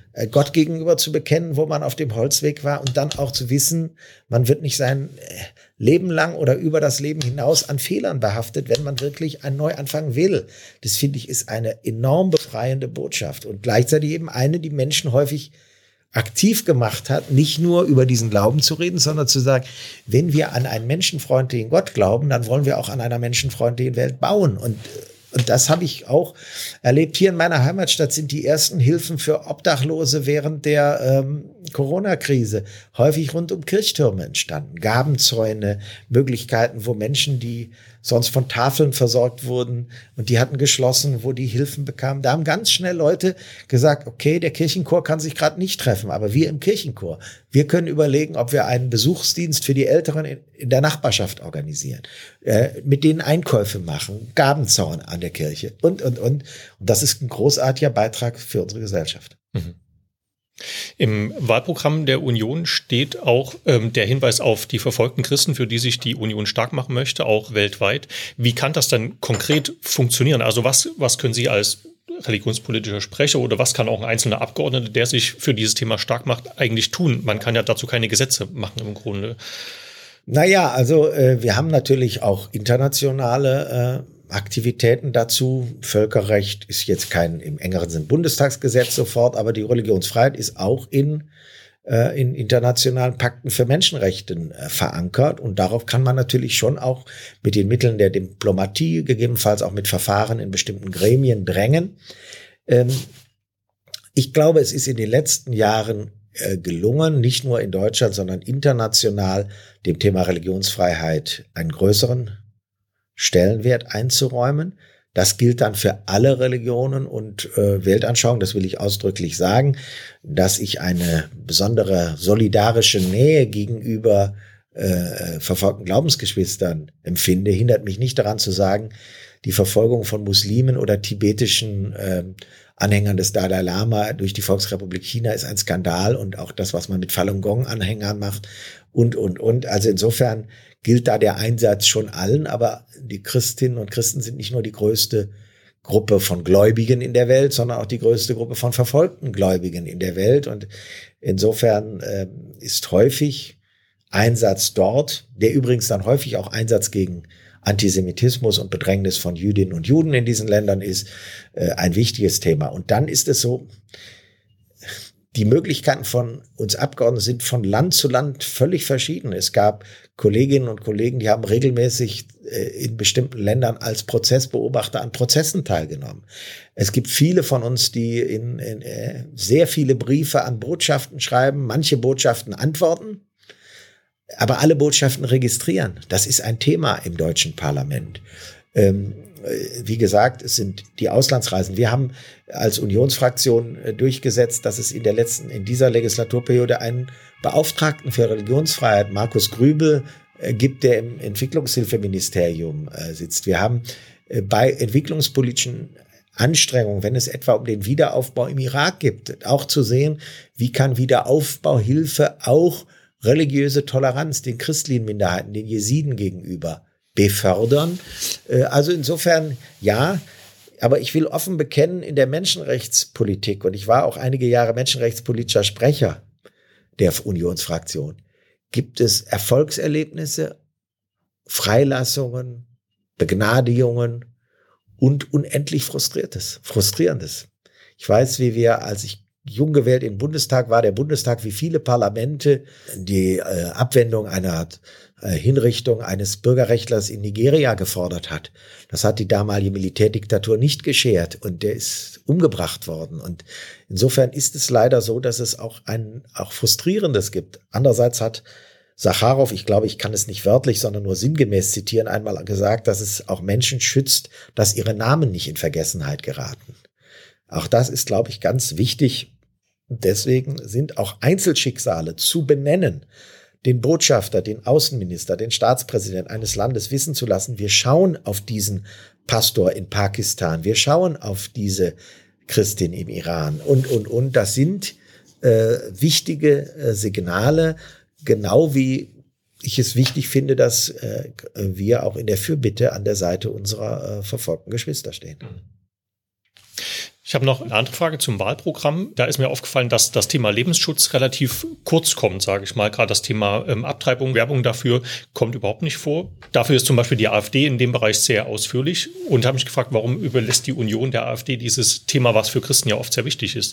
Gott gegenüber zu bekennen, wo man auf dem Holzweg war und dann auch zu wissen, man wird nicht sein Leben lang oder über das Leben hinaus an Fehlern behaftet, wenn man wirklich einen Neuanfang will. Das finde ich ist eine enorm befreiende Botschaft und gleichzeitig eben eine, die Menschen häufig aktiv gemacht hat, nicht nur über diesen Glauben zu reden, sondern zu sagen, wenn wir an einen menschenfreundlichen Gott glauben, dann wollen wir auch an einer menschenfreundlichen Welt bauen. Und das habe ich auch erlebt. Hier in meiner Heimatstadt sind die ersten Hilfen für Obdachlose während der Corona-Krise häufig rund um Kirchtürme entstanden. Gabenzäune, Möglichkeiten, wo Menschen, die sonst von Tafeln versorgt wurden und die hatten geschlossen, wo die Hilfen bekamen. Da haben ganz schnell Leute gesagt, okay, der Kirchenchor kann sich gerade nicht treffen, aber wir im Kirchenchor, wir können überlegen, ob wir einen Besuchsdienst für die Älteren in der Nachbarschaft organisieren, mit denen Einkäufe machen, Gabenzaun an der Kirche und. Und das ist ein großartiger Beitrag für unsere Gesellschaft. Mhm. Im Wahlprogramm der Union steht auch der Hinweis auf die verfolgten Christen, für die sich die Union stark machen möchte, auch weltweit. Wie kann das dann konkret funktionieren? Also was können Sie als religionspolitischer Sprecher oder was kann auch ein einzelner Abgeordneter, der sich für dieses Thema stark macht, eigentlich tun? Man kann ja dazu keine Gesetze machen im Grunde. Naja, also wir haben natürlich auch internationale Aktivitäten dazu. Völkerrecht ist jetzt kein im engeren Sinn Bundestagsgesetz sofort, aber die Religionsfreiheit ist auch in internationalen Pakten für Menschenrechte verankert. Und darauf kann man natürlich schon auch mit den Mitteln der Diplomatie, gegebenenfalls auch mit Verfahren in bestimmten Gremien drängen. Ich glaube, es ist in den letzten Jahren gelungen, nicht nur in Deutschland, sondern international dem Thema Religionsfreiheit einen größeren Stellenwert einzuräumen. Das gilt dann für alle Religionen und Weltanschauungen. Das will ich ausdrücklich sagen, dass ich eine besondere solidarische Nähe gegenüber verfolgten Glaubensgeschwistern empfinde, hindert mich nicht daran zu sagen, die Verfolgung von Muslimen oder tibetischen Anhängern des Dalai Lama durch die Volksrepublik China ist ein Skandal und auch das, was man mit Falun Gong-Anhängern macht und. Also insofern gilt da der Einsatz schon allen, aber die Christinnen und Christen sind nicht nur die größte Gruppe von Gläubigen in der Welt, sondern auch die größte Gruppe von verfolgten Gläubigen in der Welt. Und insofern ist häufig Einsatz dort, der übrigens dann häufig auch Einsatz gegen Antisemitismus und Bedrängnis von Jüdinnen und Juden in diesen Ländern ist, ein wichtiges Thema. Und dann ist es so, die Möglichkeiten von uns Abgeordneten sind von Land zu Land völlig verschieden. Es gab Kolleginnen und Kollegen, die haben regelmäßig in bestimmten Ländern als Prozessbeobachter an Prozessen teilgenommen. Es gibt viele von uns, die in sehr viele Briefe an Botschaften schreiben, manche Botschaften antworten, aber alle Botschaften registrieren. Das ist ein Thema im deutschen Parlament. Wie gesagt, es sind die Auslandsreisen. Wir haben als Unionsfraktion durchgesetzt, dass es in dieser Legislaturperiode einen Beauftragten für Religionsfreiheit, Markus Grübel, gibt, der im Entwicklungshilfeministerium sitzt. Wir haben bei entwicklungspolitischen Anstrengungen, wenn es etwa um den Wiederaufbau im Irak geht, auch zu sehen, wie kann Wiederaufbauhilfe auch religiöse Toleranz den christlichen Minderheiten, den Jesiden gegenüber befördern. Also insofern ja, aber ich will offen bekennen, in der Menschenrechtspolitik, und ich war auch einige Jahre menschenrechtspolitischer Sprecher der Unionsfraktion, gibt es Erfolgserlebnisse, Freilassungen, Begnadigungen und unendlich Frustrierendes. Ich weiß, wie wir, als ich jung gewählt im Bundestag war, der Bundestag wie viele Parlamente die Abwendung einer Hinrichtung eines Bürgerrechtlers in Nigeria gefordert hat. Das hat die damalige Militärdiktatur nicht geschert und der ist umgebracht worden. Und insofern ist es leider so, dass es auch Frustrierendes gibt. Andererseits hat Sacharow, ich glaube, ich kann es nicht wörtlich, sondern nur sinngemäß zitieren, einmal gesagt, dass es auch Menschen schützt, dass ihre Namen nicht in Vergessenheit geraten. Auch das ist, glaube ich, ganz wichtig. Und deswegen sind auch Einzelschicksale zu benennen, den Botschafter, den Außenminister, den Staatspräsidenten eines Landes wissen zu lassen, wir schauen auf diesen Pastor in Pakistan, wir schauen auf diese Christin im Iran und. Das sind wichtige Signale, genau wie ich es wichtig finde, dass wir auch in der Fürbitte an der Seite unserer verfolgten Geschwister stehen. Ich habe noch eine andere Frage zum Wahlprogramm. Da ist mir aufgefallen, dass das Thema Lebensschutz relativ kurz kommt, sage ich mal. Gerade das Thema Abtreibung, Werbung dafür kommt überhaupt nicht vor. Dafür ist zum Beispiel die AfD in dem Bereich sehr ausführlich und habe mich gefragt, warum überlässt die Union der AfD dieses Thema, was für Christen ja oft sehr wichtig ist.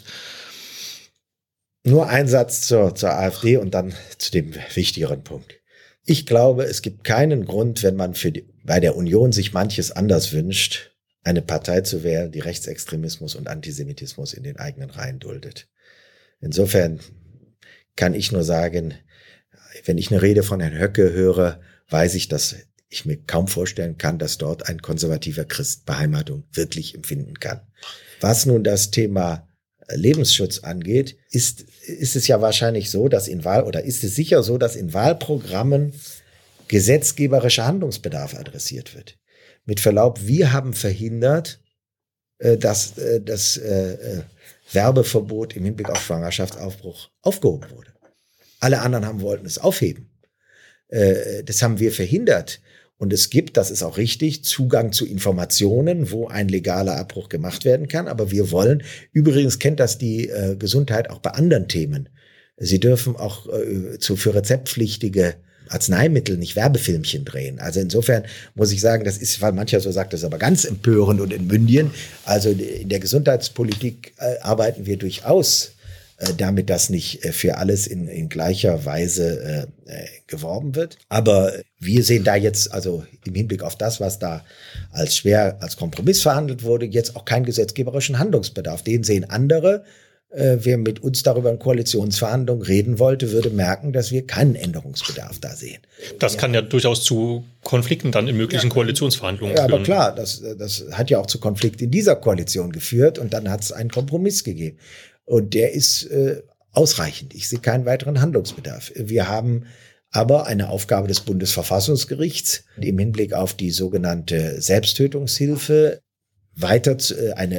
Nur ein Satz zur AfD und dann zu dem wichtigeren Punkt. Ich glaube, es gibt keinen Grund, wenn man bei der Union sich manches anders wünscht, eine Partei zu wählen, die Rechtsextremismus und Antisemitismus in den eigenen Reihen duldet. Insofern kann ich nur sagen, wenn ich eine Rede von Herrn Höcke höre, weiß ich, dass ich mir kaum vorstellen kann, dass dort ein konservativer Christ Beheimatung wirklich empfinden kann. Was nun das Thema Lebensschutz angeht, ist es ja wahrscheinlich so, dass ist es sicher so, dass in Wahlprogrammen gesetzgeberischer Handlungsbedarf adressiert wird. Mit Verlaub, wir haben verhindert, dass das Werbeverbot im Hinblick auf Schwangerschaftsaufbruch aufgehoben wurde. Alle anderen wollten es aufheben. Das haben wir verhindert. Und es gibt, das ist auch richtig, Zugang zu Informationen, wo ein legaler Abbruch gemacht werden kann. Aber wir wollen, übrigens kennt das die Gesundheit auch bei anderen Themen. Sie dürfen auch für rezeptpflichtige Arzneimittel nicht Werbefilmchen drehen. Also insofern muss ich sagen, das ist, weil mancher so sagt, das ist aber ganz empörend und entmündigend. Also in der Gesundheitspolitik arbeiten wir durchaus damit, dass nicht für alles in gleicher Weise geworben wird. Aber wir sehen da jetzt also im Hinblick auf das, was da als Kompromiss verhandelt wurde, jetzt auch keinen gesetzgeberischen Handlungsbedarf. Den sehen andere. Wer mit uns darüber in Koalitionsverhandlungen reden wollte, würde merken, dass wir keinen Änderungsbedarf da sehen. Das kann ja durchaus zu Konflikten dann in möglichen Koalitionsverhandlungen führen. Ja, aber klar, das hat ja auch zu Konflikten in dieser Koalition geführt und dann hat es einen Kompromiss gegeben. Und der ist ausreichend. Ich sehe keinen weiteren Handlungsbedarf. Wir haben aber eine Aufgabe des Bundesverfassungsgerichts im Hinblick auf die sogenannte Selbsttötungshilfe also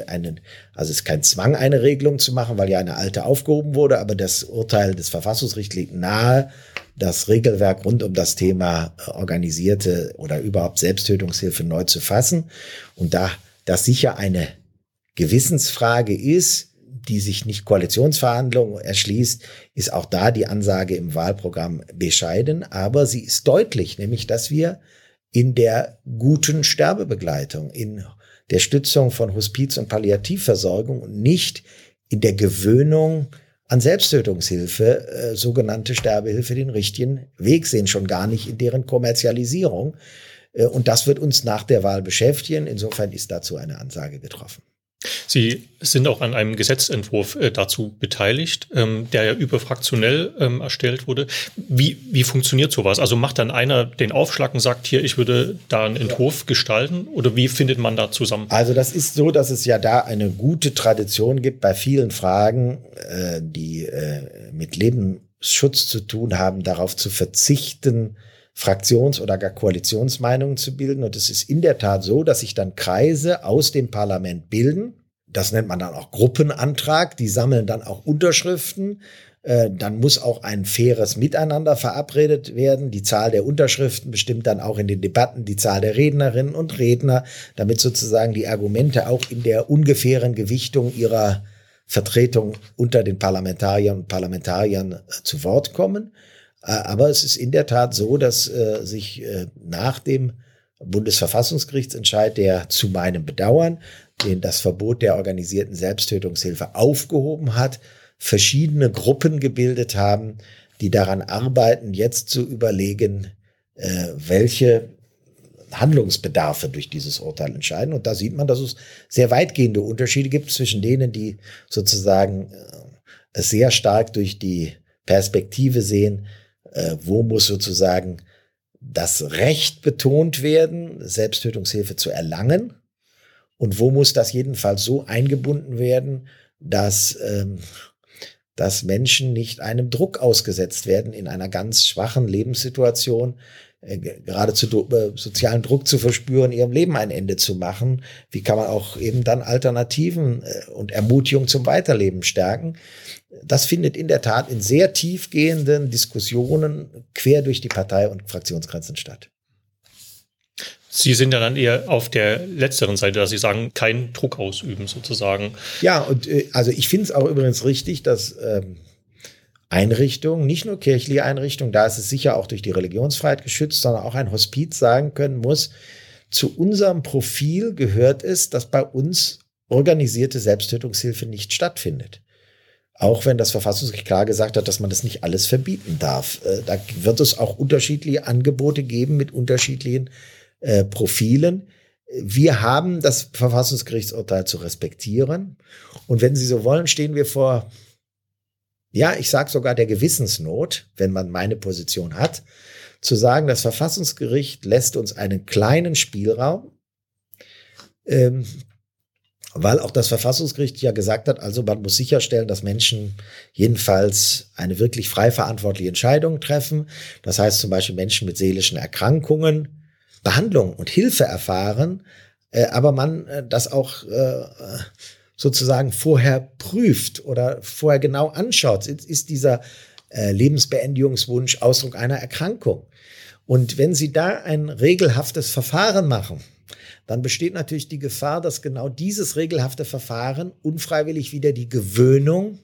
es ist kein Zwang, eine Regelung zu machen, weil ja eine alte aufgehoben wurde, aber das Urteil des Verfassungsgerichts liegt nahe, das Regelwerk rund um das Thema organisierte oder überhaupt Selbsttötungshilfe neu zu fassen. Und da das sicher eine Gewissensfrage ist, die sich nicht Koalitionsverhandlungen erschließt, ist auch da die Ansage im Wahlprogramm bescheiden, aber sie ist deutlich, nämlich dass wir in der guten Sterbebegleitung, in der Stützung von Hospiz- und Palliativversorgung und nicht in der Gewöhnung an Selbsttötungshilfe, sogenannte Sterbehilfe, den richtigen Weg sehen, schon gar nicht in deren Kommerzialisierung. Und das wird uns nach der Wahl beschäftigen. Insofern ist dazu eine Ansage getroffen. Sie sind auch an einem Gesetzentwurf dazu beteiligt, der ja überfraktionell erstellt wurde. Wie funktioniert sowas? Also macht dann einer den Aufschlag und sagt, hier, ich würde da einen Entwurf gestalten? Oder wie findet man da zusammen? Also das ist so, dass es ja da eine gute Tradition gibt bei vielen Fragen, die mit Lebensschutz zu tun haben, darauf zu verzichten, Fraktions- oder gar Koalitionsmeinungen zu bilden. Und es ist in der Tat so, dass sich dann Kreise aus dem Parlament bilden. Das nennt man dann auch Gruppenantrag. Die sammeln dann auch Unterschriften. Dann muss auch ein faires Miteinander verabredet werden. Die Zahl der Unterschriften bestimmt dann auch in den Debatten die Zahl der Rednerinnen und Redner, damit sozusagen die Argumente auch in der ungefähren Gewichtung ihrer Vertretung unter den Parlamentariern und Parlamentariern zu Wort kommen. Aber es ist in der Tat so, dass sich nach dem Bundesverfassungsgerichtsentscheid, der zu meinem Bedauern das Verbot der organisierten Selbsttötungshilfe aufgehoben hat, verschiedene Gruppen gebildet haben, die daran arbeiten, jetzt zu überlegen, welche Handlungsbedarfe durch dieses Urteil entscheiden. Und da sieht man, dass es sehr weitgehende Unterschiede gibt zwischen denen, die sozusagen es sehr stark durch die Perspektive sehen, wo muss sozusagen das Recht betont werden, Selbsttötungshilfe zu erlangen, und wo muss das jedenfalls so eingebunden werden, dass Menschen nicht einem Druck ausgesetzt werden, in einer ganz schwachen Lebenssituation geradezu sozialen Druck zu verspüren, ihrem Leben ein Ende zu machen. Wie kann man auch eben dann Alternativen und Ermutigung zum Weiterleben stärken? Das findet in der Tat in sehr tiefgehenden Diskussionen quer durch die Partei- und Fraktionsgrenzen statt. Sie sind ja dann eher auf der letzteren Seite, dass Sie sagen, keinen Druck ausüben sozusagen. Ja, und also ich finde es auch übrigens richtig, dass Einrichtungen, nicht nur kirchliche Einrichtungen, da ist es sicher auch durch die Religionsfreiheit geschützt, sondern auch ein Hospiz sagen können muss, zu unserem Profil gehört es, dass bei uns organisierte Selbsttötungshilfe nicht stattfindet. Auch wenn das Verfassungsgericht klar gesagt hat, dass man das nicht alles verbieten darf. Da wird es auch unterschiedliche Angebote geben mit unterschiedlichen Profilen. Wir haben das Verfassungsgerichtsurteil zu respektieren. Und wenn Sie so wollen, stehen wir vor, ja, ich sage sogar der Gewissensnot, wenn man meine Position hat, zu sagen, das Verfassungsgericht lässt uns einen kleinen Spielraum, weil auch das Verfassungsgericht ja gesagt hat, also man muss sicherstellen, dass Menschen jedenfalls eine wirklich frei verantwortliche Entscheidung treffen. Das heißt zum Beispiel Menschen mit seelischen Erkrankungen Behandlung und Hilfe erfahren, aber man das auch sozusagen vorher prüft oder vorher genau anschaut. Ist dieser Lebensbeendigungswunsch Ausdruck einer Erkrankung? Und wenn Sie da ein regelhaftes Verfahren machen, dann besteht natürlich die Gefahr, dass genau dieses regelhafte Verfahren unfreiwillig wieder die Gewöhnung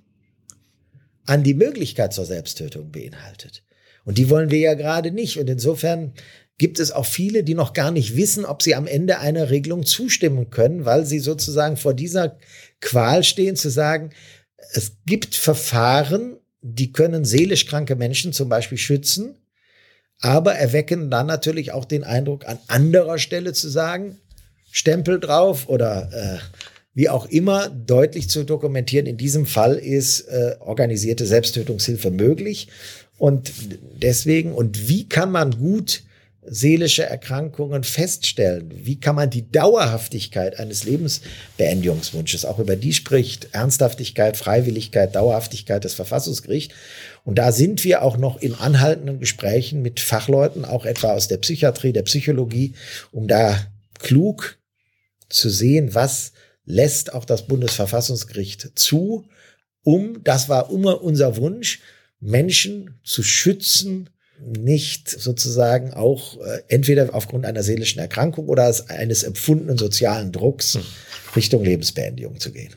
an die Möglichkeit zur Selbsttötung beinhaltet. Und die wollen wir ja gerade nicht. Und insofern gibt es auch viele, die noch gar nicht wissen, ob sie am Ende einer Regelung zustimmen können, weil sie sozusagen vor dieser Qual stehen, zu sagen, es gibt Verfahren, die können seelisch kranke Menschen zum Beispiel schützen, aber erwecken dann natürlich auch den Eindruck, an anderer Stelle zu sagen, Stempel drauf oder wie auch immer deutlich zu dokumentieren, in diesem Fall ist organisierte Selbsttötungshilfe möglich. Und deswegen, und wie kann man gut seelische Erkrankungen feststellen? Wie kann man die Dauerhaftigkeit eines Lebensbeendigungswunsches, auch über die spricht Ernsthaftigkeit, Freiwilligkeit, Dauerhaftigkeit des Verfassungsgerichts. Und da sind wir auch noch in anhaltenden Gesprächen mit Fachleuten, auch etwa aus der Psychiatrie, der Psychologie, um da klug zu sehen, was lässt auch das Bundesverfassungsgericht zu, das war immer unser Wunsch, Menschen zu schützen, nicht sozusagen auch entweder aufgrund einer seelischen Erkrankung oder eines empfundenen sozialen Drucks Richtung Lebensbeendigung zu gehen.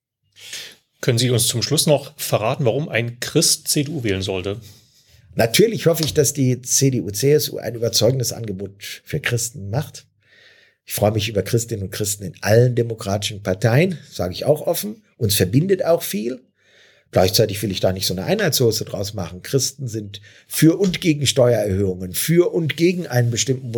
Können Sie uns zum Schluss noch verraten, warum ein Christ CDU wählen sollte? Natürlich hoffe ich, dass die CDU-CSU ein überzeugendes Angebot für Christen macht. Ich freue mich über Christinnen und Christen in allen demokratischen Parteien, sage ich auch offen. Uns verbindet auch viel. Gleichzeitig will ich da nicht so eine Einheitssoße draus machen. Christen sind für und gegen Steuererhöhungen, für und gegen einen bestimmten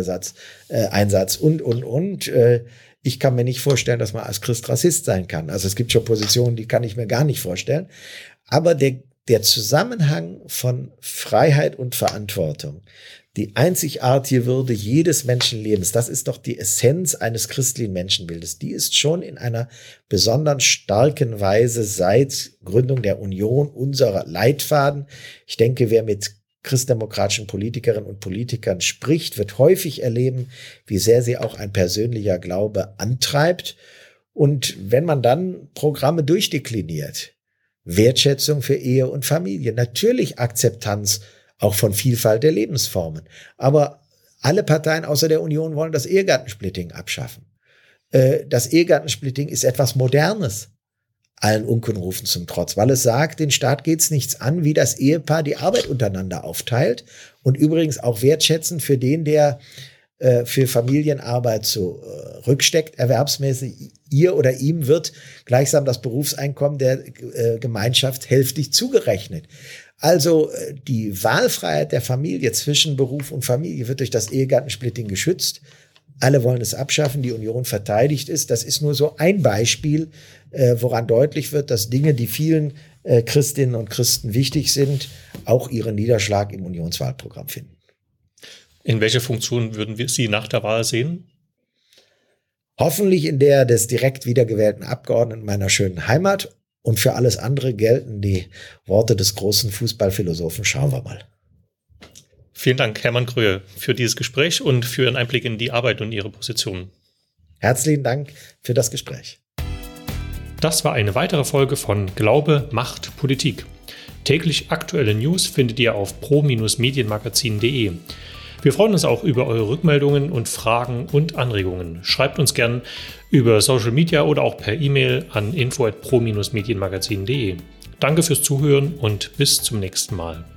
Einsatz und. Ich kann mir nicht vorstellen, dass man als Christ Rassist sein kann. Also es gibt schon Positionen, die kann ich mir gar nicht vorstellen. Aber der Zusammenhang von Freiheit und Verantwortung, die einzigartige Würde jedes Menschenlebens, das ist doch die Essenz eines christlichen Menschenbildes. Die ist schon in einer besonders starken Weise seit Gründung der Union unserer Leitfaden. Ich denke, wer mit christdemokratischen Politikerinnen und Politikern spricht, wird häufig erleben, wie sehr sie auch ein persönlicher Glaube antreibt. Und wenn man dann Programme durchdekliniert, Wertschätzung für Ehe und Familie, natürlich Akzeptanz auch von Vielfalt der Lebensformen. Aber alle Parteien außer der Union wollen das Ehegattensplitting abschaffen. Das Ehegattensplitting ist etwas Modernes, allen Unkenrufen zum Trotz, weil es sagt, den Staat geht's nichts an, wie das Ehepaar die Arbeit untereinander aufteilt und übrigens auch wertschätzend für den, der für Familienarbeit zurücksteckt, erwerbsmäßig. Ihr oder ihm wird gleichsam das Berufseinkommen der Gemeinschaft hälftig zugerechnet. Also die Wahlfreiheit der Familie zwischen Beruf und Familie wird durch das Ehegattensplitting geschützt. Alle wollen es abschaffen, die Union verteidigt es. Das ist nur so ein Beispiel, woran deutlich wird, dass Dinge, die vielen Christinnen und Christen wichtig sind, auch ihren Niederschlag im Unionswahlprogramm finden. In welcher Funktion würden wir Sie nach der Wahl sehen? Hoffentlich in der des direkt wiedergewählten Abgeordneten meiner schönen Heimat. Und für alles andere gelten die Worte des großen Fußballphilosophen. Schauen wir mal. Vielen Dank, Hermann Gröhe, für dieses Gespräch und für Ihren Einblick in die Arbeit und Ihre Positionen. Herzlichen Dank für das Gespräch. Das war eine weitere Folge von Glaube macht Politik. Täglich aktuelle News findet ihr auf pro-medienmagazin.de. Wir freuen uns auch über eure Rückmeldungen und Fragen und Anregungen. Schreibt uns gern über Social Media oder auch per E-Mail an info@pro-medienmagazin.de. Danke fürs Zuhören und bis zum nächsten Mal.